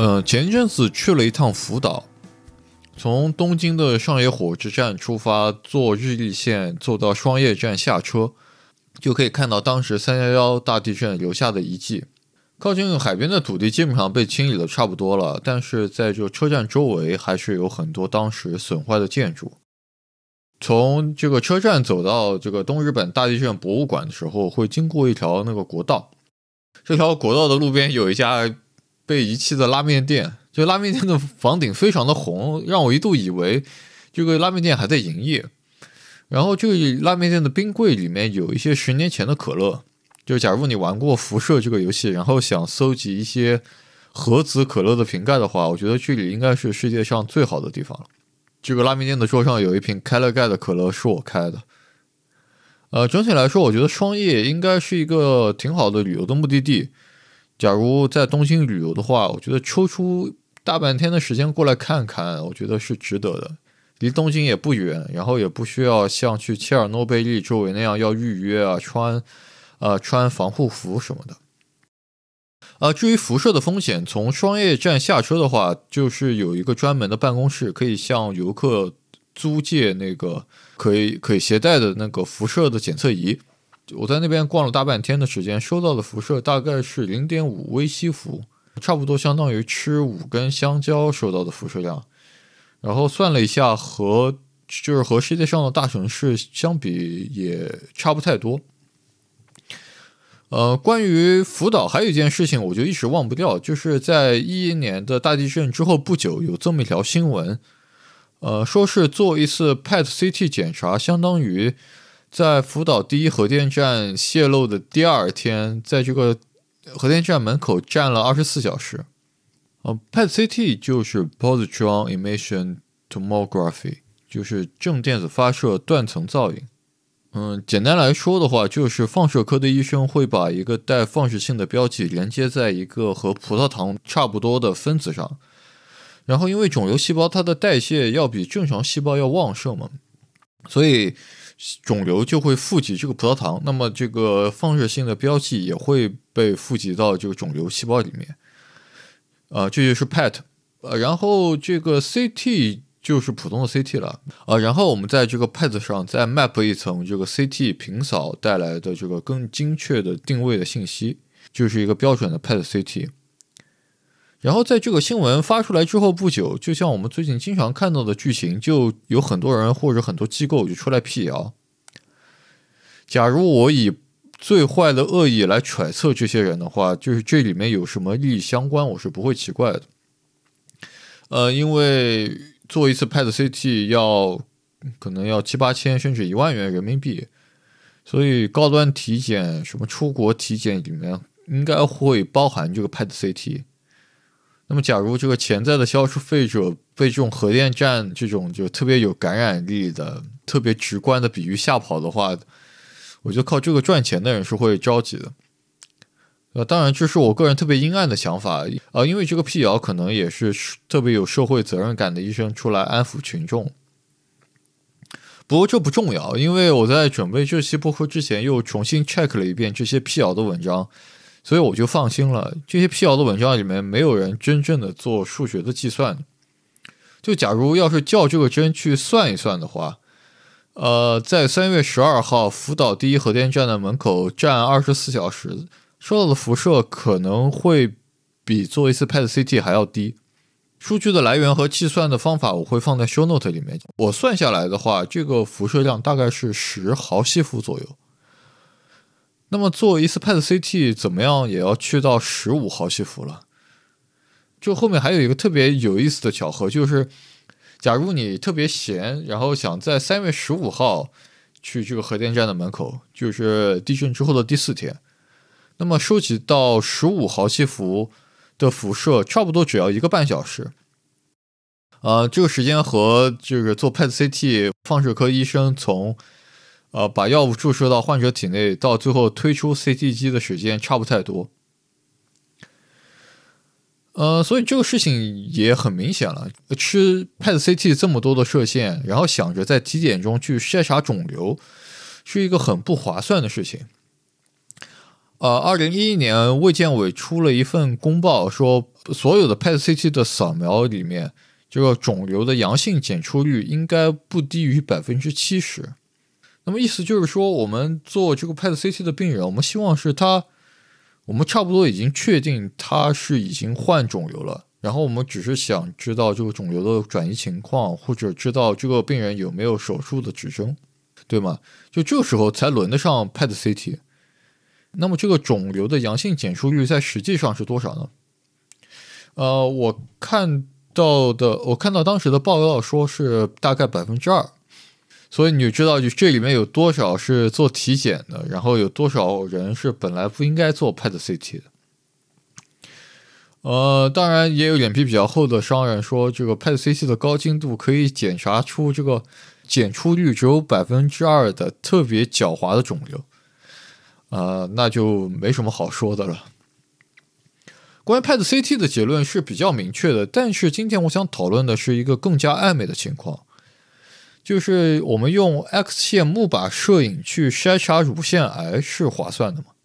前一阵子去了一趟福岛，从东京的上野火车站出发，坐日立线坐到双叶站下车，就可以看到当时311大地震留下的遗迹。靠近海边的土地基本上被清理的差不多了，但是在这个车站周围还是有很多当时损坏的建筑。从这个车站走到这个东日本大地震博物馆的时候，会经过一条那个国道，这条国道的路边有一家被遗弃的拉面店，这拉面店的房顶非常的红，让我一度以为这个拉面店还在营业。然后这个拉面店的冰柜里面有一些10年前的可乐，就假如你玩过辐射这个游戏，然后想搜集一些核子可乐的瓶盖的话，我觉得这里应该是世界上最好的地方了。这个拉面店的桌上有一瓶开了盖的可乐，是我开的。整体来说，我觉得双叶应该是一个挺好的旅游的目的地。假如在东京旅游的话，我觉得抽出大半天的时间过来看看，我觉得是值得的。离东京也不远，然后也不需要像去切尔诺贝利周围那样要预约啊，穿防护服什么的。至于辐射的风险，从双叶站下车的话，就是有一个专门的办公室，可以向游客租借那个可以携带的那个辐射的检测仪。我在那边逛了大半天的时间，收到的辐射大概是 0.5 微西弗，差不多相当于吃5根香蕉收到的辐射量。然后算了一下，和世界上的大城市相比也差不太多。关于福岛还有一件事情我就一直忘不掉，就是在2011年的大地震之后不久，有这么一条新闻，说是做一次 PET-CT 检查，相当于在福岛第一核电站泄漏的第2天，在这个核电站门口站了24小时。PET-CT 就是 Positron Emission Tomography， 就是正电子发射断层造影。简单来说的话，就是放射科的医生会把一个带放射性的标记连接在一个和葡萄糖差不多的分子上，然后因为肿瘤细胞它的代谢要比正常细胞要旺盛嘛，所以肿瘤就会富集这个葡萄糖，那么这个放射性的标记也会被富集到这个肿瘤细胞里面。这就是 PET。然后这个 CT 就是普通的 CT 了。然后我们在这个 PET 上再 map 一层这个 CT 平扫带来的这个更精确的定位的信息，就是一个标准的 PET-CT。然后在这个新闻发出来之后不久，就像我们最近经常看到的剧情，就有很多人或者很多机构就出来辟谣。假如我以最坏的恶意来揣测这些人的话，就是这里面有什么利益相关，我是不会奇怪的。因为做一次 PET-CT 可能要7、8千甚至1万元人民币，所以高端体检什么出国体检里面应该会包含这个 PET-CT。那么假如这个潜在的消费者被这种核电站这种就特别有感染力的特别直观的比喻吓跑的话，我觉得靠这个赚钱的人是会着急的。当然这是我个人特别阴暗的想法，因为这个辟谣可能也是特别有社会责任感的医生出来安抚群众。不过这不重要，因为我在准备这期播客之前又重新 check 了一遍这些辟谣的文章，所以我就放心了。这些辟谣的文章里面没有人真正的做数学的计算。就假如要是较这个真去算一算的话，在3月12号福岛第一核电站的门口站24小时，收到的辐射可能会比做一次 PET-CT 还要低。数据的来源和计算的方法我会放在 show note 里面。我算下来的话，这个辐射量大概是10毫西弗左右。那么做一次 PET-CT 怎么样也要去到15毫西弗了。这后面还有一个特别有意思的巧合，就是假如你特别闲，然后想在3月15号去这个核电站的门口，就是地震之后的第4天，那么收集到15毫西弗的辐射差不多只要1个半小时。这个时间和这个做 PET-CT 放射科医生从把药物注射到患者体内到最后推出 CT 机的时间差不太多。所以这个事情也很明显了，吃 PET-CT 这么多的射线，然后想着在体检中去筛查肿瘤，是一个很不划算的事情。 2011年卫健委出了一份公报，说所有的 PET-CT 的扫描里面，这个肿瘤的阳性检出率应该不低于70%。那么意思就是说，我们做这个 PET-CT 的病人，我们希望是我们差不多已经确定他是已经患肿瘤了，然后我们只是想知道这个肿瘤的转移情况，或者知道这个病人有没有手术的指征，对吗？就这个时候才轮得上 PET-CT。那么这个肿瘤的阳性检出率在实际上是多少呢？我看到当时的报告说是大概2%，所以你就知道就这里面有多少是做体检的，然后有多少人是本来不应该做 PET-CT 的。当然也有脸皮比较厚的商人说，这个 PET-CT 的高精度可以检查出这个检出率只有2%的特别狡猾的肿瘤。那就没什么好说的了。关于 PET-CT 的结论是比较明确的，但是今天我想讨论的是一个更加暧昧的情况，就是我们用 X 线钼靶摄影去筛查乳腺癌是划算的吗？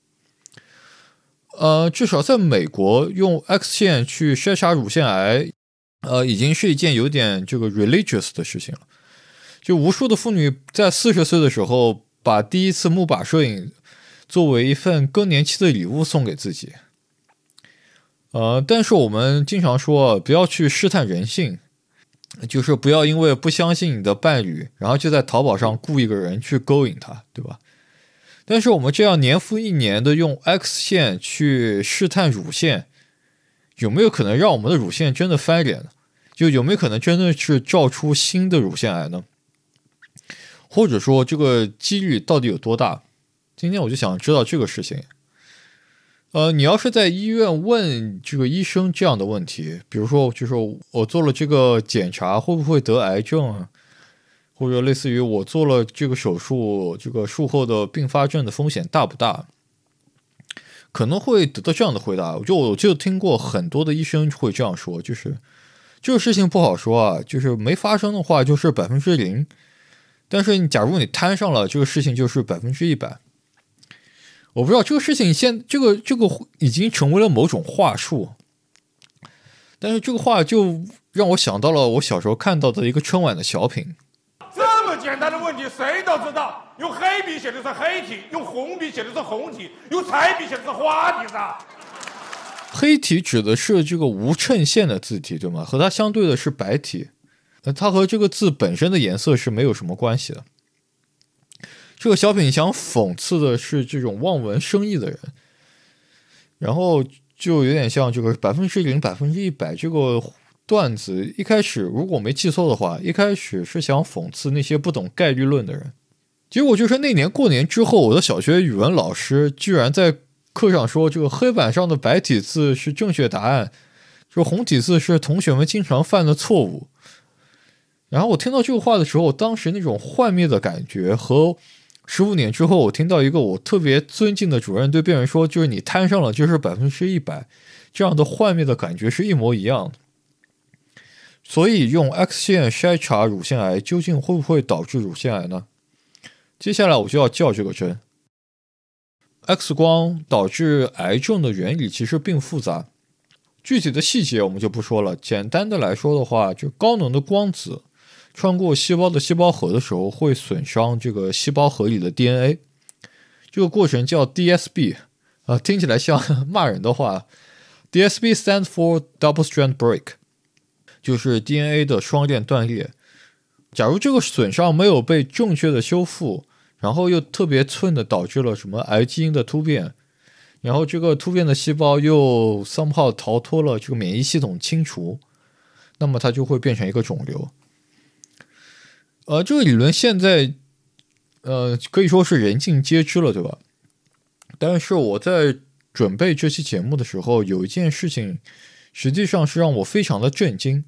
至少在美国用 X 线去筛查乳腺癌，已经是一件有点这个 religious 的事情了。就无数的妇女在40岁的时候，把第一次钼靶摄影作为一份更年期的礼物送给自己。但是我们经常说不要去试探人性，就是不要因为不相信你的伴侣，然后就在淘宝上雇一个人去勾引他，对吧？但是我们这样年复一年的用 X 线去试探乳腺，有没有可能让我们的乳腺真的翻脸呢？就有没有可能真的是照出新的乳腺癌呢？或者说这个几率到底有多大？今天我就想知道这个事情。你要是在医院问这个医生这样的问题，比如说就是我做了这个检查会不会得癌症啊，或者类似于我做了这个手术，这个术后的并发症的风险大不大，可能会得到这样的回答。我就听过很多的医生会这样说，就是这个事情不好说啊，就是没发生的话就是0%，但是假如你摊上了，这个事情就是100%。我不知道这个事情这个已经成为了某种话术，但是这个话就让我想到了我小时候看到的一个春晚的小品。 这么简单的问题谁都知道，用黑笔写的是黑体，用红笔写的是红体，用彩笔写的是花体的。 黑体指的是这个无衬线的字体，对吗？和它相对的是白体，它和这个字本身的颜色是没有什么关系的。这个小品想讽刺的是这种望文生义的人，然后就有点像这个0%、100%这个段子。一开始如果没记错的话，一开始是想讽刺那些不懂概率论的人。结果就是那年过年之后，我的小学语文老师居然在课上说，这个黑板上的白体字是正确答案，这个红体字是同学们经常犯的错误。然后我听到这个话的时候，当时那种幻灭的感觉和15年之后我听到一个我特别尊敬的主任对病人说，就是你摊上了就是100%，这样的幻灭的感觉是一模一样的。所以用 X 线筛查乳腺癌究竟会不会导致乳腺癌呢？接下来我就要较这个真。X 光导致癌症的原理其实并复杂，具体的细节我们就不说了。简单的来说的话，就高能的光子穿过细胞的细胞核的时候，会损伤这个细胞核里的 DNA， 这个过程叫 DSB， 听起来像骂人的话。DSB stands for double strand break， 就是 DNA 的双链断裂。假如这个损伤没有被正确的修复，然后又特别寸的导致了什么癌基因的突变，然后这个突变的细胞又 somehow 逃脱了这个免疫系统清除，那么它就会变成一个肿瘤。这个理论现在可以说是人尽皆知了，对吧？但是我在准备这期节目的时候，有一件事情实际上是让我非常的震惊。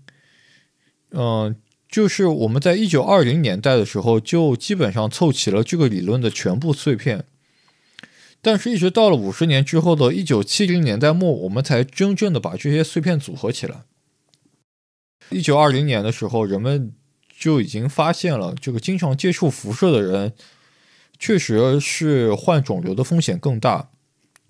就是我们在1920年代的时候就基本上凑齐了这个理论的全部碎片，但是一直到了50年之后的1970年代末，我们才真正的把这些碎片组合起来。1920年的时候，人们就已经发现了这个经常接触辐射的人确实是患肿瘤的风险更大，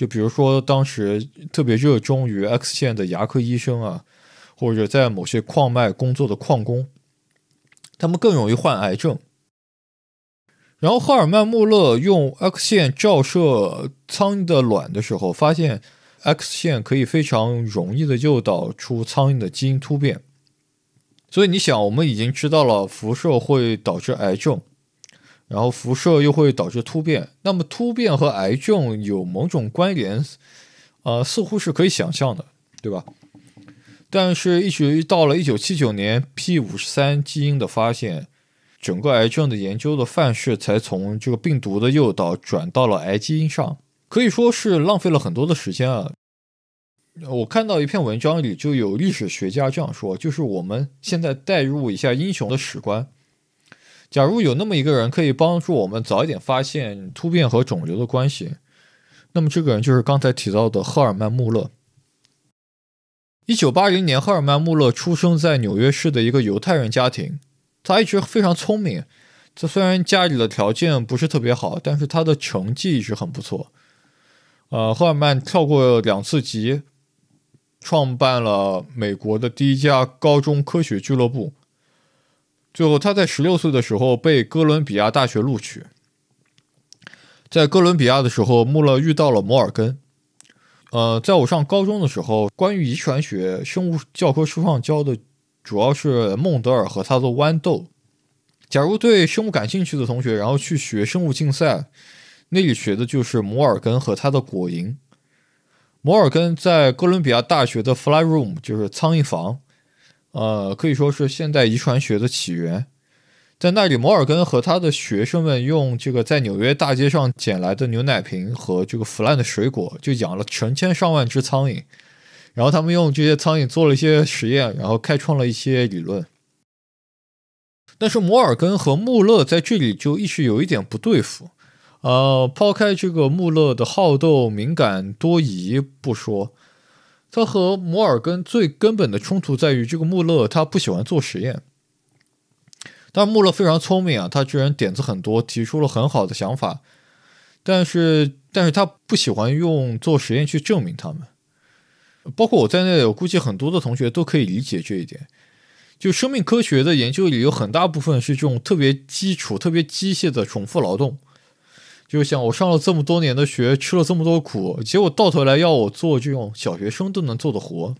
就比如说当时特别热衷于 X 线的牙科医生啊，或者在某些矿脉工作的矿工，他们更容易患癌症。然后赫尔曼·穆勒用 X 线照射苍蝇的卵的时候，发现 X 线可以非常容易的诱导出苍蝇的基因突变。所以你想，我们已经知道了辐射会导致癌症，然后辐射又会导致突变，那么突变和癌症有某种关联，似乎是可以想象的，对吧？但是一直到了1979年 P53 基因的发现，整个癌症的研究的范式才从这个病毒的诱导转到了癌基因上，可以说是浪费了很多的时间啊。我看到一篇文章里就有历史学家这样说，就是我们现在代入一下英雄的史观，假如有那么一个人可以帮助我们早一点发现突变和肿瘤的关系，那么这个人就是刚才提到的赫尔曼·穆勒。1980年，赫尔曼·穆勒出生在纽约市的一个犹太人家庭，他一直非常聪明，他虽然家里的条件不是特别好，但是他的成绩一直很不错。赫尔曼跳过2次级，创办了美国的第一家高中科学俱乐部。最后他在16岁的时候被哥伦比亚大学录取。在哥伦比亚的时候，穆勒遇到了摩尔根。在我上高中的时候，关于遗传学生物教科书上教的主要是孟德尔和他的豌豆。假如对生物感兴趣的同学，然后去学生物竞赛，那里学的就是摩尔根和他的果蝇。摩尔根在哥伦比亚大学的 Fly Room， 就是苍蝇房，可以说是现代遗传学的起源。在那里，摩尔根和他的学生们用这个在纽约大街上捡来的牛奶瓶和这个腐烂的水果，就养了成千上万只苍蝇。然后他们用这些苍蝇做了一些实验，然后开创了一些理论。但是摩尔根和穆勒在这里就一直有一点不对付。抛开这个穆勒的好斗、敏感、多疑不说，他和摩尔根最根本的冲突在于这个穆勒他不喜欢做实验。但穆勒非常聪明啊，他这人点子很多，提出了很好的想法，但是他不喜欢用做实验去证明他们。包括我在内，我估计很多的同学都可以理解这一点。就生命科学的研究里有很大部分是这种特别基础、特别机械的重复劳动。就像我上了这么多年的学，吃了这么多苦，结果到头来要我做这种小学生都能做的活。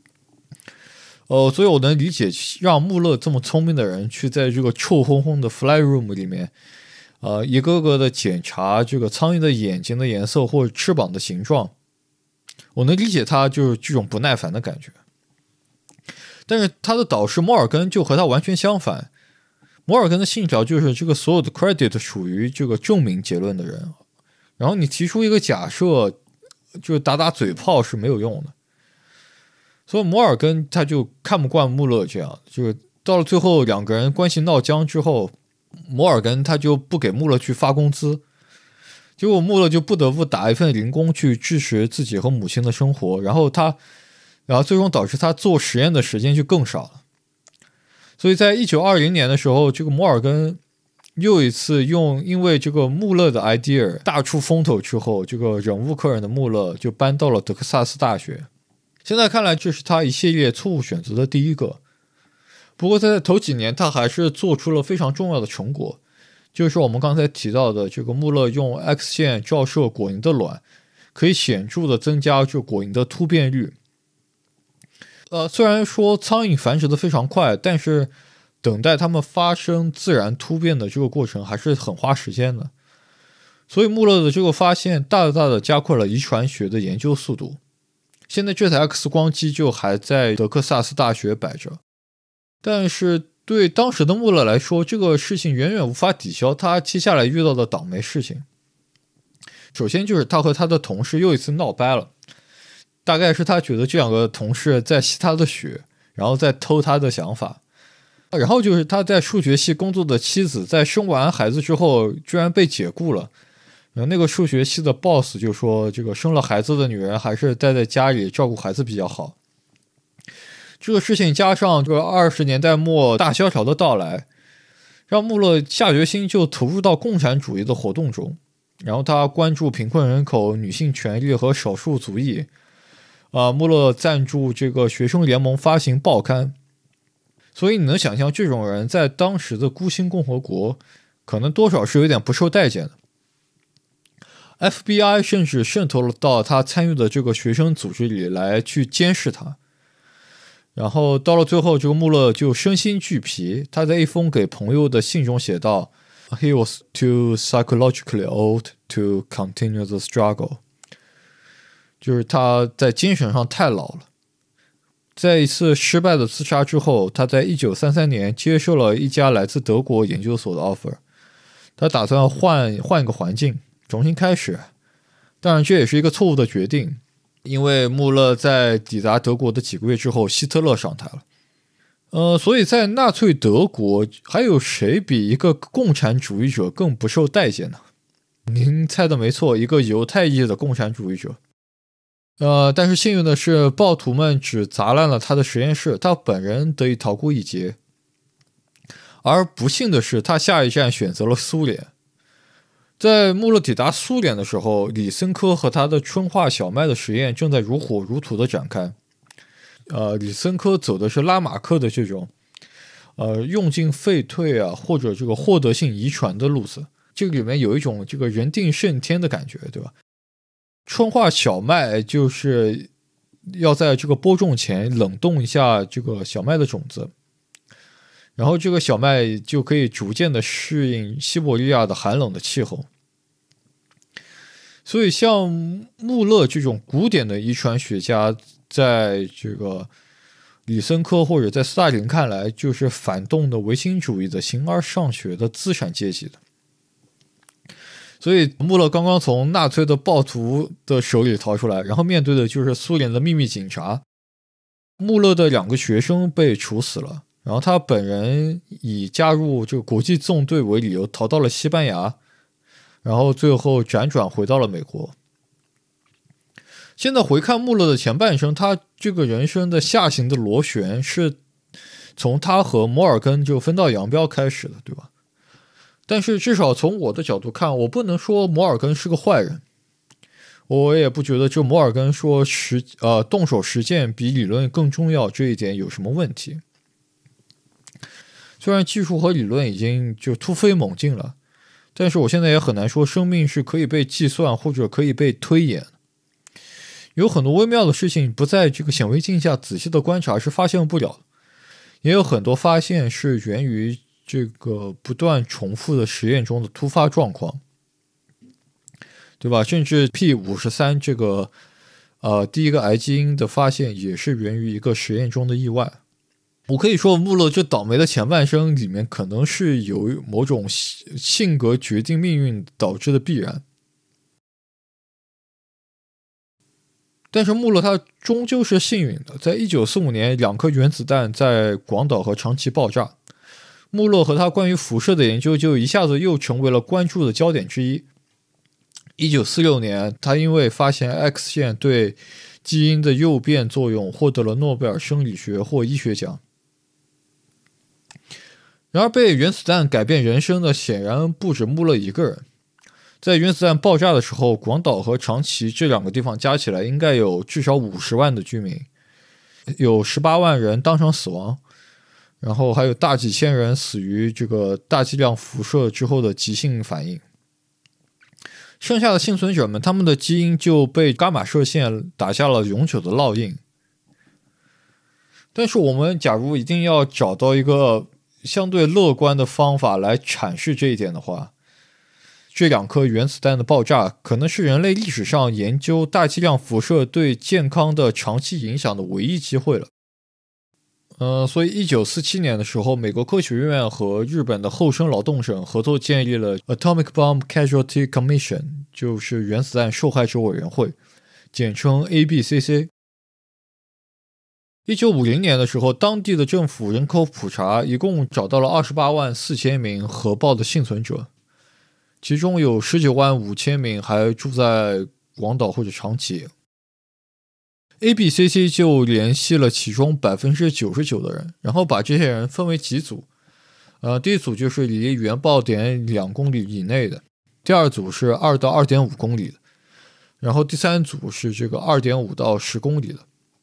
所以我能理解让穆勒这么聪明的人去在这个臭烘烘的 Fly Room 里面，一个个的检查这个苍蝇的眼睛的颜色或者翅膀的形状。我能理解他就是这种不耐烦的感觉。但是他的导师摩尔根就和他完全相反。摩尔根的信条就是这个所有的 credit 属于这个证明结论的人，然后你提出一个假设，就是打嘴炮是没有用的。所以摩尔根他就看不惯穆勒这样，就是到了最后两个人关系闹僵之后，摩尔根他就不给穆勒去发工资，结果穆勒就不得不打一份零工去支持自己和母亲的生活，然后最终导致他做实验的时间就更少了。所以在1920年的时候，这个摩尔根又一次因为这个穆勒的 idea 大出风头之后，这个忍无可忍的穆勒就搬到了德克萨斯大学。现在看来这是他一系列错误选择的第一个。不过在头几年他还是做出了非常重要的成果，就是我们刚才提到的这个穆勒用 X 线照射果蝇的卵，可以显著的增加这果蝇的突变率。虽然说苍蝇繁殖的非常快，但是等待它们发生自然突变的这个过程还是很花时间的。所以穆勒的这个发现大大的加快了遗传学的研究速度。现在这台 X 光机就还在德克萨斯大学摆着，但是对当时的穆勒来说，这个事情远远无法抵消他接下来遇到的倒霉事情。首先就是他和他的同事又一次闹掰了，大概是他觉得这两个同事在吸他的血，然后再偷他的想法。然后就是他在数学系工作的妻子在生完孩子之后居然被解雇了。然后那个数学系的 boss 就说，这个生了孩子的女人还是待在家里照顾孩子比较好。这个事情加上这个20年代末大萧条的到来，让穆勒下决心就投入到共产主义的活动中。 然后他关注贫困人口、女性权利和少数族裔。穆勒赞助这个学生联盟发行报刊。所以你能想象这种人在当时的孤星共和国可能多少是有点不受待见的。FBI 甚至渗透到他参与的这个学生组织里来去监视他。然后到了最后，这个穆勒就身心俱疲。他在一封给朋友的信中写道 ：“He was too psychologically old to continue the struggle。”就是他在精神上太老了。在一次失败的自杀之后，他在1933年接受了一家来自德国研究所的 offer。他打算换一个环境，重新开始。当然，这也是一个错误的决定，因为穆勒在抵达德国的几个月之后，希特勒上台了。所以在纳粹德国，还有谁比一个共产主义者更不受待见呢？您猜的没错，一个犹太裔的共产主义者。但是幸运的是，暴徒们只砸烂了他的实验室，他本人得以逃过一劫。而不幸的是，他下一站选择了苏联。在穆勒抵达苏联的时候，李森科和他的春化小麦的实验正在如火如荼的展开。李森科走的是拉马克的这种用进废退啊，或者这个获得性遗传的路子。这个里面有一种这个人定胜天的感觉，对吧？春化小麦就是要在这个播种前冷冻一下这个小麦的种子，然后这个小麦就可以逐渐的适应西伯利亚的寒冷的气候。所以像穆勒这种古典的遗传学家，在这个李森科或者在斯大林看来，就是反动的唯心主义的形而上学的资产阶级的。所以穆勒刚刚从纳粹的暴徒的手里逃出来，然后面对的就是苏联的秘密警察。穆勒的2个学生被处死了，然后他本人以加入这个国际纵队为理由逃到了西班牙，然后最后辗转回到了美国。现在回看穆勒的前半生，他这个人生的下行的螺旋是从他和摩尔根就分道扬镳开始的，对吧？但是至少从我的角度看，我不能说摩尔根是个坏人，我也不觉得这摩尔根说动手实践比理论更重要这一点有什么问题。虽然技术和理论已经就突飞猛进了，但是我现在也很难说生命是可以被计算或者可以被推演。有很多微妙的事情不在这个显微镜下仔细的观察是发现不了的，也有很多发现是源于这个不断重复的实验中的突发状况，对吧？甚至 P53 这个第一个癌基因的发现也是源于一个实验中的意外。我可以说穆勒这倒霉的前半生里面可能是有某种性格决定命运导致的必然，但是穆勒他终究是幸运的。在1945年2颗原子弹在广岛和长崎爆炸，穆勒和他关于辐射的研究就一下子又成为了关注的焦点之一。1946年，他因为发现 X 线对基因的诱变作用，获得了诺贝尔生理学或医学奖。然而，被原子弹改变人生的显然不止穆勒一个人。在原子弹爆炸的时候，广岛和长崎这2个地方加起来应该有至少50万的居民，有18万人当场死亡。然后还有大几千人死于这个大剂量辐射之后的急性反应。剩下的幸存者们，他们的基因就被伽马射线打下了永久的烙印。但是我们假如一定要找到一个相对乐观的方法来阐释这一点的话，这2颗原子弹的爆炸可能是人类历史上研究大剂量辐射对健康的长期影响的唯一机会了。所以1947年的时候，美国科学院和日本的厚生劳动省合作建立了 Atomic Bomb Casualty Commission， 就是原子弹受害者委员会，简称 ABCC。1950年的时候，当地的政府人口普查一共找到了28万4千名核爆的幸存者，其中有19万5千名还住在广岛或者长崎。ABCC 就联系了其中 99% 的人，然后把这些人分为几组。第一组就是离原爆点2公里以内的， 第二组是2到2.5公里的，然后第三组是这个2.5到10公里的。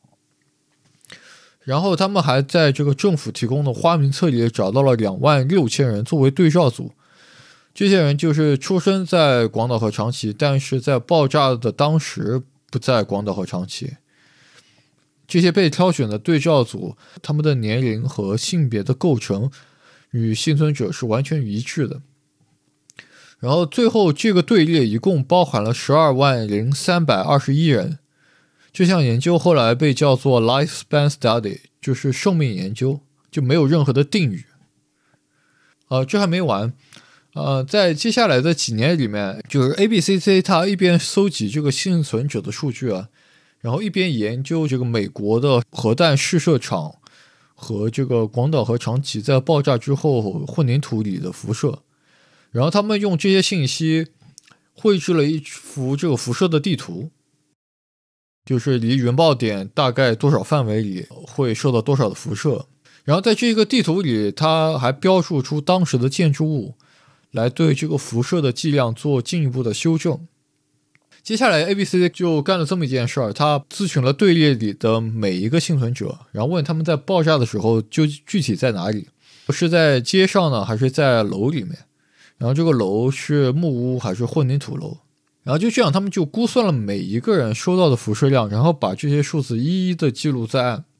然后他们还在这个政府提供的花名册里找到了26000人作为对照组，这些人就是出生在广岛和长崎，但是在爆炸的当时不在广岛和长崎。这些被挑选的对照组，他们的年龄和性别的构成与幸存者是完全一致的。然后最后这个队列一共包含了120321人。这项研究后来被叫做 Lifespan Study， 就是寿命研究，就没有任何的定语。这还没完。在接下来的几年里面，就是 ABCC 它一边搜集这个幸存者的数据然后一边研究这个美国的核弹试射场和这个广岛和长崎在爆炸之后混凝土里的辐射。然后他们用这些信息绘制了一幅这个辐射的地图，就是离原爆点大概多少范围里会受到多少的辐射。然后在这个地图里，它还标注出当时的建筑物，来对这个辐射的剂量做进一步的修正。接下来 ABC 就干了这么一件事儿，他咨询了队列里的每一个幸存者，然后问他们在爆炸的时候就具体在哪里，是在街上呢，还是在楼里面，然后这个楼是木屋还是混凝土楼。然后就这样他们就估算了每一个人收到的辐射量，然后把这些数字一一的记录在案。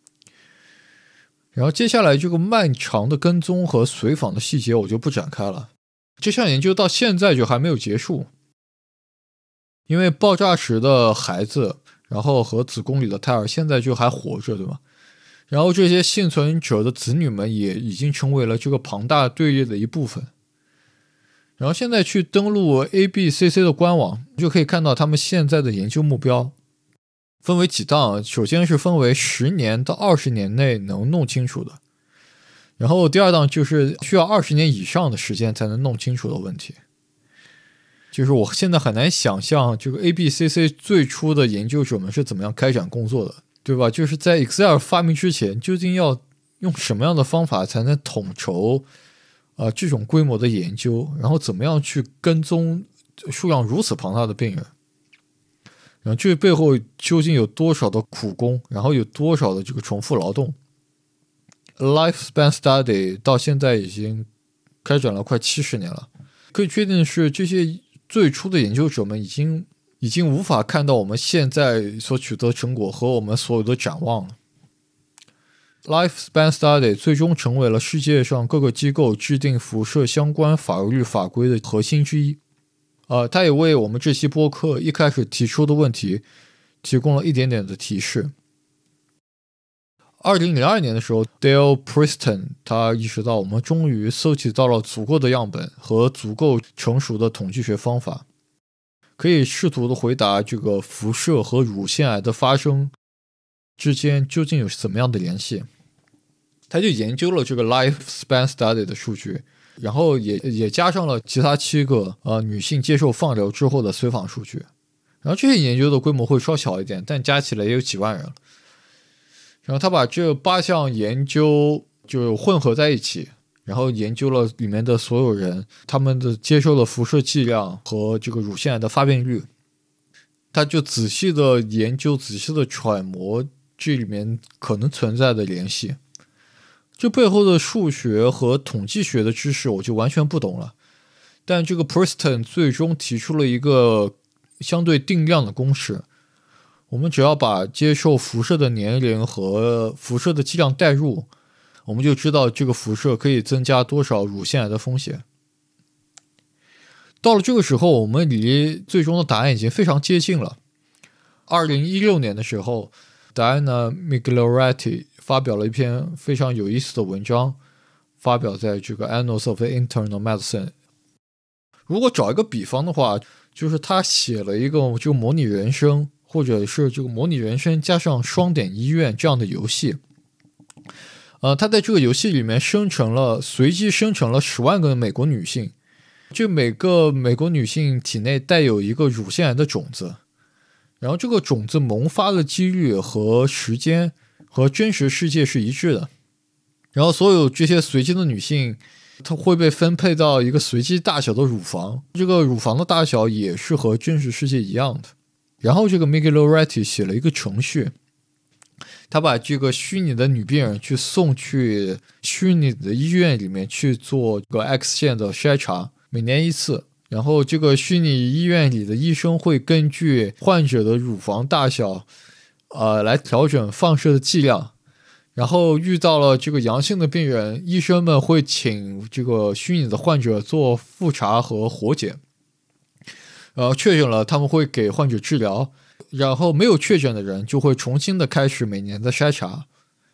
然后接下来这个漫长的跟踪和随访的细节我就不展开了，这项研究到现在就还没有结束。因为爆炸时的孩子，然后和子宫里的胎儿现在就还活着，对吧？然后这些幸存者的子女们也已经成为了这个庞大队列的一部分。然后现在去登录 ABCC 的官网，就可以看到他们现在的研究目标分为几档，首先是分为10年到20年内能弄清楚的，然后第二档就是需要20年以上的时间才能弄清楚的问题。就是我现在很难想象这个 ABCC 最初的研究者们是怎么样开展工作的，对吧？就是在 Excel 发明之前，究竟要用什么样的方法才能统筹这种规模的研究，然后怎么样去跟踪数量如此庞大的病人，然后这背后究竟有多少的苦工，然后有多少的这个重复劳动。 Lifespan Study 到现在已经开展了快70年了，可以确定的是这些最初的研究者们已经无法看到我们现在所取得的成果和我们所有的展望了。Lifespan Study 最终成为了世界上各个机构制定辐射相关法律法规的核心之一。它也为我们这期播客一开始提出的问题提供了一点点的提示。2002年的时候 Dale Preston 他意识到我们终于搜集到了足够的样本和足够成熟的统计学方法，可以试图的回答这个辐射和乳腺癌的发生之间究竟有怎么样的联系。他就研究了这个 Lifespan Study 的数据，然后也加上了其他7个女性接受放疗之后的随访数据。然后这些研究的规模会稍小一点，但加起来也有几万人了。然后他把这8项研究就混合在一起，然后研究了里面的所有人他们的接受的辐射剂量和这个乳腺癌的发病率。他就仔细的研究，仔细的揣摩这里面可能存在的联系。这背后的数学和统计学的知识我就完全不懂了，但这个 Preston 最终提出了一个相对定量的公式，我们只要把接受辐射的年龄和辐射的剂量代入，我们就知道这个辐射可以增加多少乳腺癌的风险。到了这个时候，我们离最终的答案已经非常接近了。2016年的时候 Diana Miglioretti 发表了一篇非常有意思的文章，发表在这个 Annals of Internal Medicine。 如果找一个比方的话，就是他写了一个这个模拟人生，或者是这个模拟人生加上双点医院这样的游戏。他在这个游戏里面随机生成了10万个美国女性，这每个美国女性体内带有一个乳腺癌的种子，然后这个种子萌发的几率和时间和真实世界是一致的。然后所有这些随机的女性它会被分配到一个随机大小的乳房，这个乳房的大小也是和真实世界一样的。然后这个 Miguel Loretti 写了一个程序，他把这个虚拟的女病人送去虚拟的医院里面去做个 X 线的筛查，每年一次。然后这个虚拟医院里的医生会根据患者的乳房大小来调整放射的剂量。然后遇到了这个阳性的病人，医生们会请这个虚拟的患者做复查和活检，确诊了他们会给患者治疗，然后没有确诊的人就会重新的开始每年的筛查。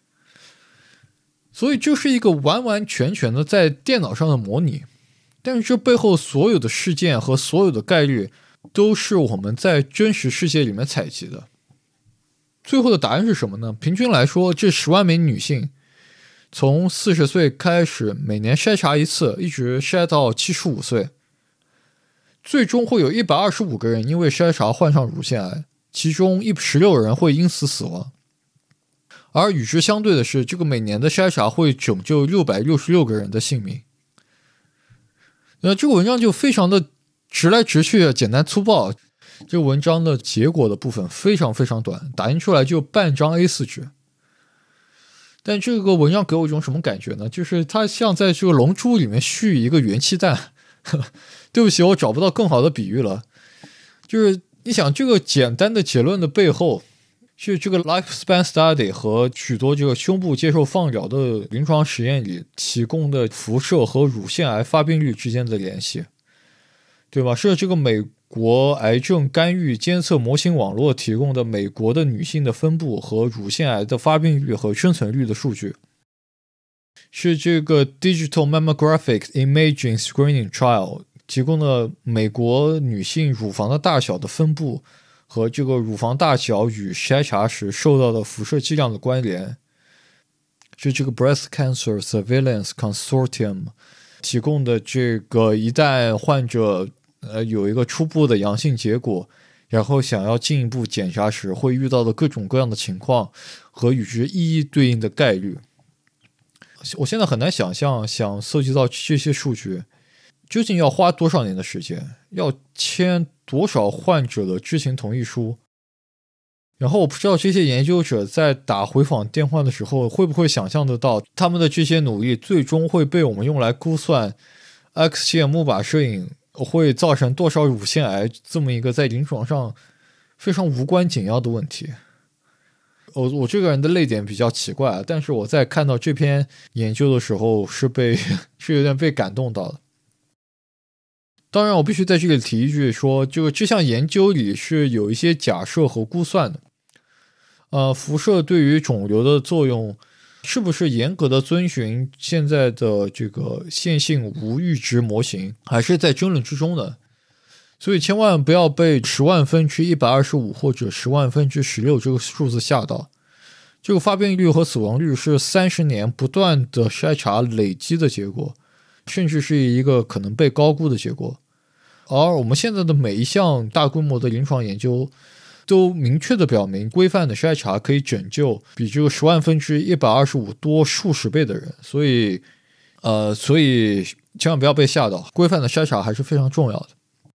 所以这是一个完完全全的在电脑上的模拟，但是这背后所有的事件和所有的概率都是我们在真实世界里面采集的。最后的答案是什么呢？平均来说，这10万名女性从40岁开始每年筛查一次，一直筛到75岁，最终会有125个人因为筛查患上乳腺癌，其中16人会因此死亡。而与之相对的是，这个每年的筛查会拯救666个人的性命。这个文章就非常的直来直去，简单粗暴。这个文章的结果的部分非常非常短，打印出来就半张 A4 纸。但这个文章给我一种什么感觉呢？就是它像在这个龙珠里面续一个元气弹。对不起，我找不到更好的比喻了。就是你想，这个简单的结论的背后是这个 lifespan study 和许多这个胸部接受放疗的临床实验里提供的辐射和乳腺癌发病率之间的联系，对吧？是这个美国癌症干预监测模型网络提供的美国的女性的分布和乳腺癌的发病率和生存率的数据，是这个 Digital Mammographic Imaging Screening Trial 提供了美国女性乳房的大小的分布和这个乳房大小与筛查时受到的辐射剂量的关联，是这个 Breast Cancer Surveillance Consortium 提供的这个一旦患者有一个初步的阳性结果，然后想要进一步检查时会遇到的各种各样的情况和与之一一对应的概率。我现在很难想象，想搜集到这些数据究竟要花多少年的时间，要签多少患者的知情同意书。然后我不知道这些研究者在打回访电话的时候会不会想象得到，他们的这些努力最终会被我们用来估算 X 线钼靶摄影会造成多少乳腺癌这么一个在临床上非常无关紧要的问题。我这个人的泪点比较奇怪，但是我在看到这篇研究的时候是有点被感动到了。当然我必须在这里提一句说，这项研究里是有一些假设和估算的。辐射对于肿瘤的作用是不是严格的遵循现在的这个线性无阈值模型，还是在争论之中的。所以千万不要被10万分之125或者10万分之16这个数字吓到。这个发病率和死亡率是30年不断的筛查累积的结果，甚至是一个可能被高估的结果。而我们现在的每一项大规模的临床研究都明确的表明，规范的筛查可以拯救比这个10万分之125多数十倍的人。所以千万不要被吓到，规范的筛查还是非常重要的。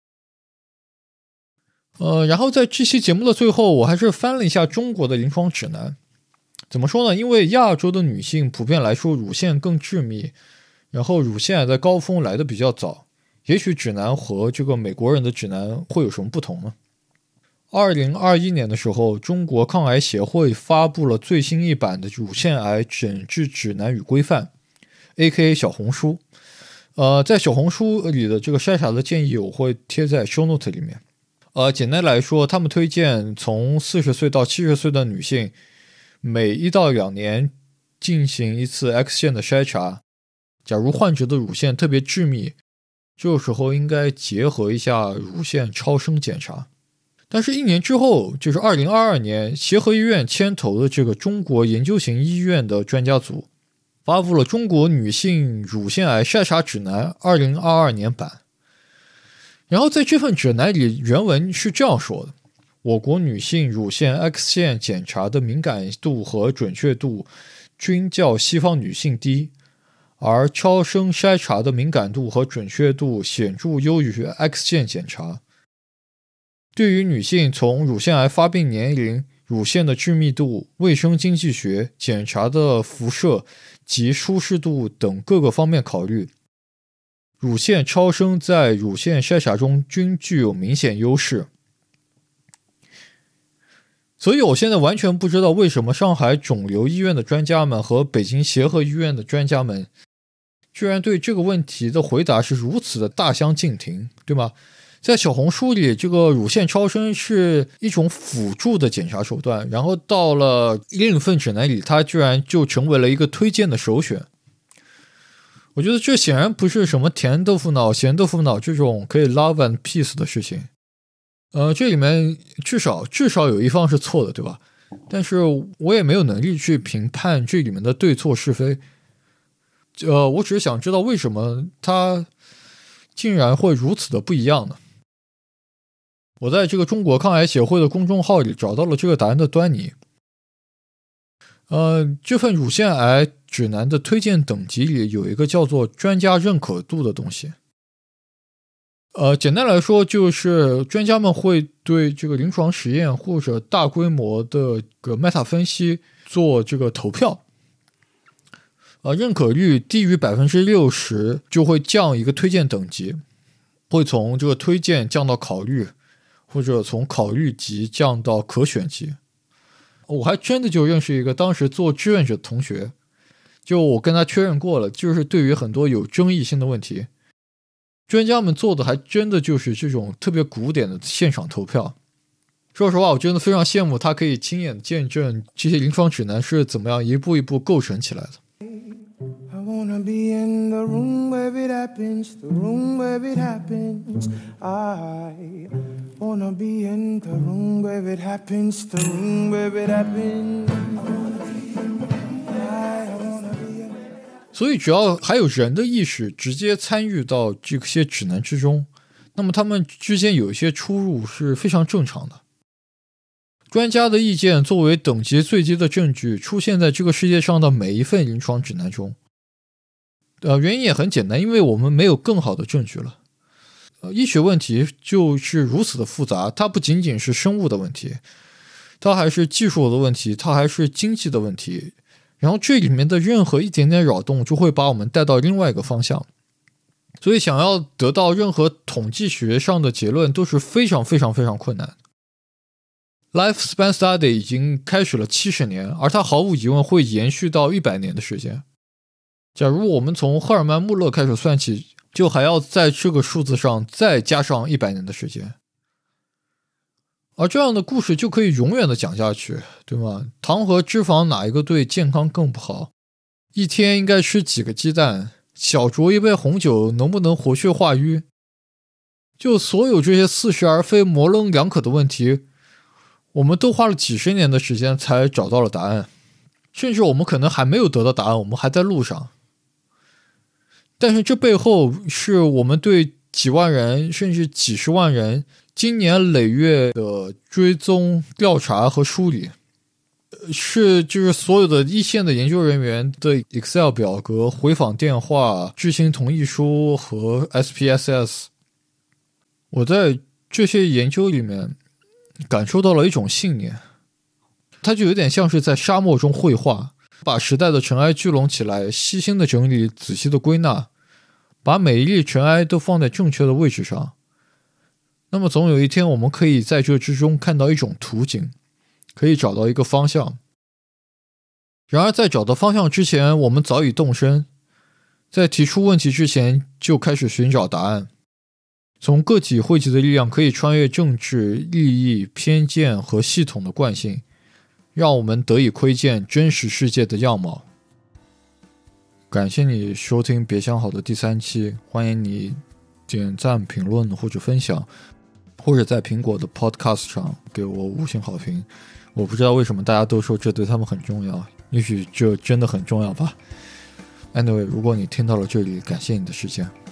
然后在这期节目的最后，我还是翻了一下中国的临床指南。怎么说呢？因为亚洲的女性普遍来说乳腺更致密，然后乳腺癌的高峰来得比较早，也许指南和这个美国人的指南会有什么不同呢？2021年的时候，中国抗癌协会发布了最新一版的乳腺癌诊治指南与规范 AKA 小红书。在小红书里的这个筛查的建议我会贴在 show note 里面。简单来说，他们推荐从40岁到70岁的女性每1到2年进行一次 X 线的筛查。假如患者的乳腺特别致密，这个时候应该结合一下乳腺超声检查。但是1年之后，就是2022年，协和医院牵头的这个中国研究型医院的专家组发布了《中国女性乳腺癌筛查指南2022年版》。然后在这份指南里，原文是这样说的：我国女性乳腺 X 线检查的敏感度和准确度均较西方女性低， 而超声筛查的敏感度和准确度显著优于 X 线检查。对于女性从乳腺癌发病年龄、乳腺的致密度、卫生经济学、检查的辐射及舒适度等各个方面考虑，乳腺超声在乳腺筛查中均具有明显优势。所以我现在完全不知道为什么上海肿瘤医院的专家们和北京协和医院的专家们居然对这个问题的回答是如此的大相径庭，对吗？在小红书里，这个乳腺超声是一种辅助的检查手段，然后到了另一份指南里，它居然就成为了一个推荐的首选。我觉得这显然不是什么甜豆腐脑、咸豆腐脑这种可以 love and peace 的事情。这里面至少有一方是错的，对吧？但是我也没有能力去评判这里面的对错是非。我只是想知道为什么它竟然会如此的不一样呢？我在这个中国抗癌协会的公众号里找到了这个答案的端倪。这份乳腺癌指南的推荐等级里有一个叫做专家认可度的东西。简单来说，就是专家们会对这个临床实验或者大规模的个 meta 分析做这个投票。认可率低于 60% 就会降一个推荐等级，会从这个推荐降到考虑，或者从考虑级降到可选级。我还真的就认识一个当时做志愿者的同学，就我跟他确认过了，就是对于很多有争议性的问题，专家们做的还真的就是这种特别古典的现场投票。说实话，我真的非常羡慕他可以亲眼见证这些临床指南是怎么样一步一步构成起来的。 I wanna be in the room where it happens, the room where it happens. I wanna be in the room where it happens, the room where it happens. I wanna be in. 所以只要还有人的意识直接参与到这些指南之中，那么他们之间有一些出入是非常正常的。专家的意见作为等级最低的证据出现在这个世界上的每一份临床指南中。原因也很简单，因为我们没有更好的证据了。医学问题就是如此的复杂，它不仅仅是生物的问题，它还是技术的问题，它还是经济的问题。然后这里面的任何一点点扰动就会把我们带到另外一个方向。所以想要得到任何统计学上的结论都是非常非常非常困难。Lifespan Study 已经开始了70年，而它毫无疑问会延续到100年的时间。假如我们从赫尔曼·穆勒开始算起，就还要在这个数字上再加上100年的时间。而这样的故事就可以永远的讲下去，对吗？糖和脂肪哪一个对健康更不好？一天应该吃几个鸡蛋？小酌一杯红酒能不能活血化瘀？就所有这些似是而非、模棱两可的问题，我们都花了几十年的时间才找到了答案，甚至我们可能还没有得到答案，我们还在路上。但是这背后是我们对几万人甚至几十万人经年累月的追踪、调查和梳理，是就是所有的一线的研究人员的 Excel 表格、回访电话、知情同意书和 SPSS。 我在这些研究里面感受到了一种信念，它就有点像是在沙漠中绘画，把时代的尘埃聚拢起来，细心的整理，仔细的归纳，把每一粒尘埃都放在正确的位置上。那么总有一天我们可以在这之中看到一种图景，可以找到一个方向。然而在找到方向之前，我们早已动身，在提出问题之前就开始寻找答案。从个体汇集的力量可以穿越政治、利益、偏见和系统的惯性，让我们得以窥见真实世界的样貌。感谢你收听别想好的第3期，欢迎你点赞、评论或者分享，或者在苹果的 Podcast 上给我5星好评。我不知道为什么大家都说这对他们很重要，也许这真的很重要吧。Anyway， 如果你听到了这里，感谢你的时间。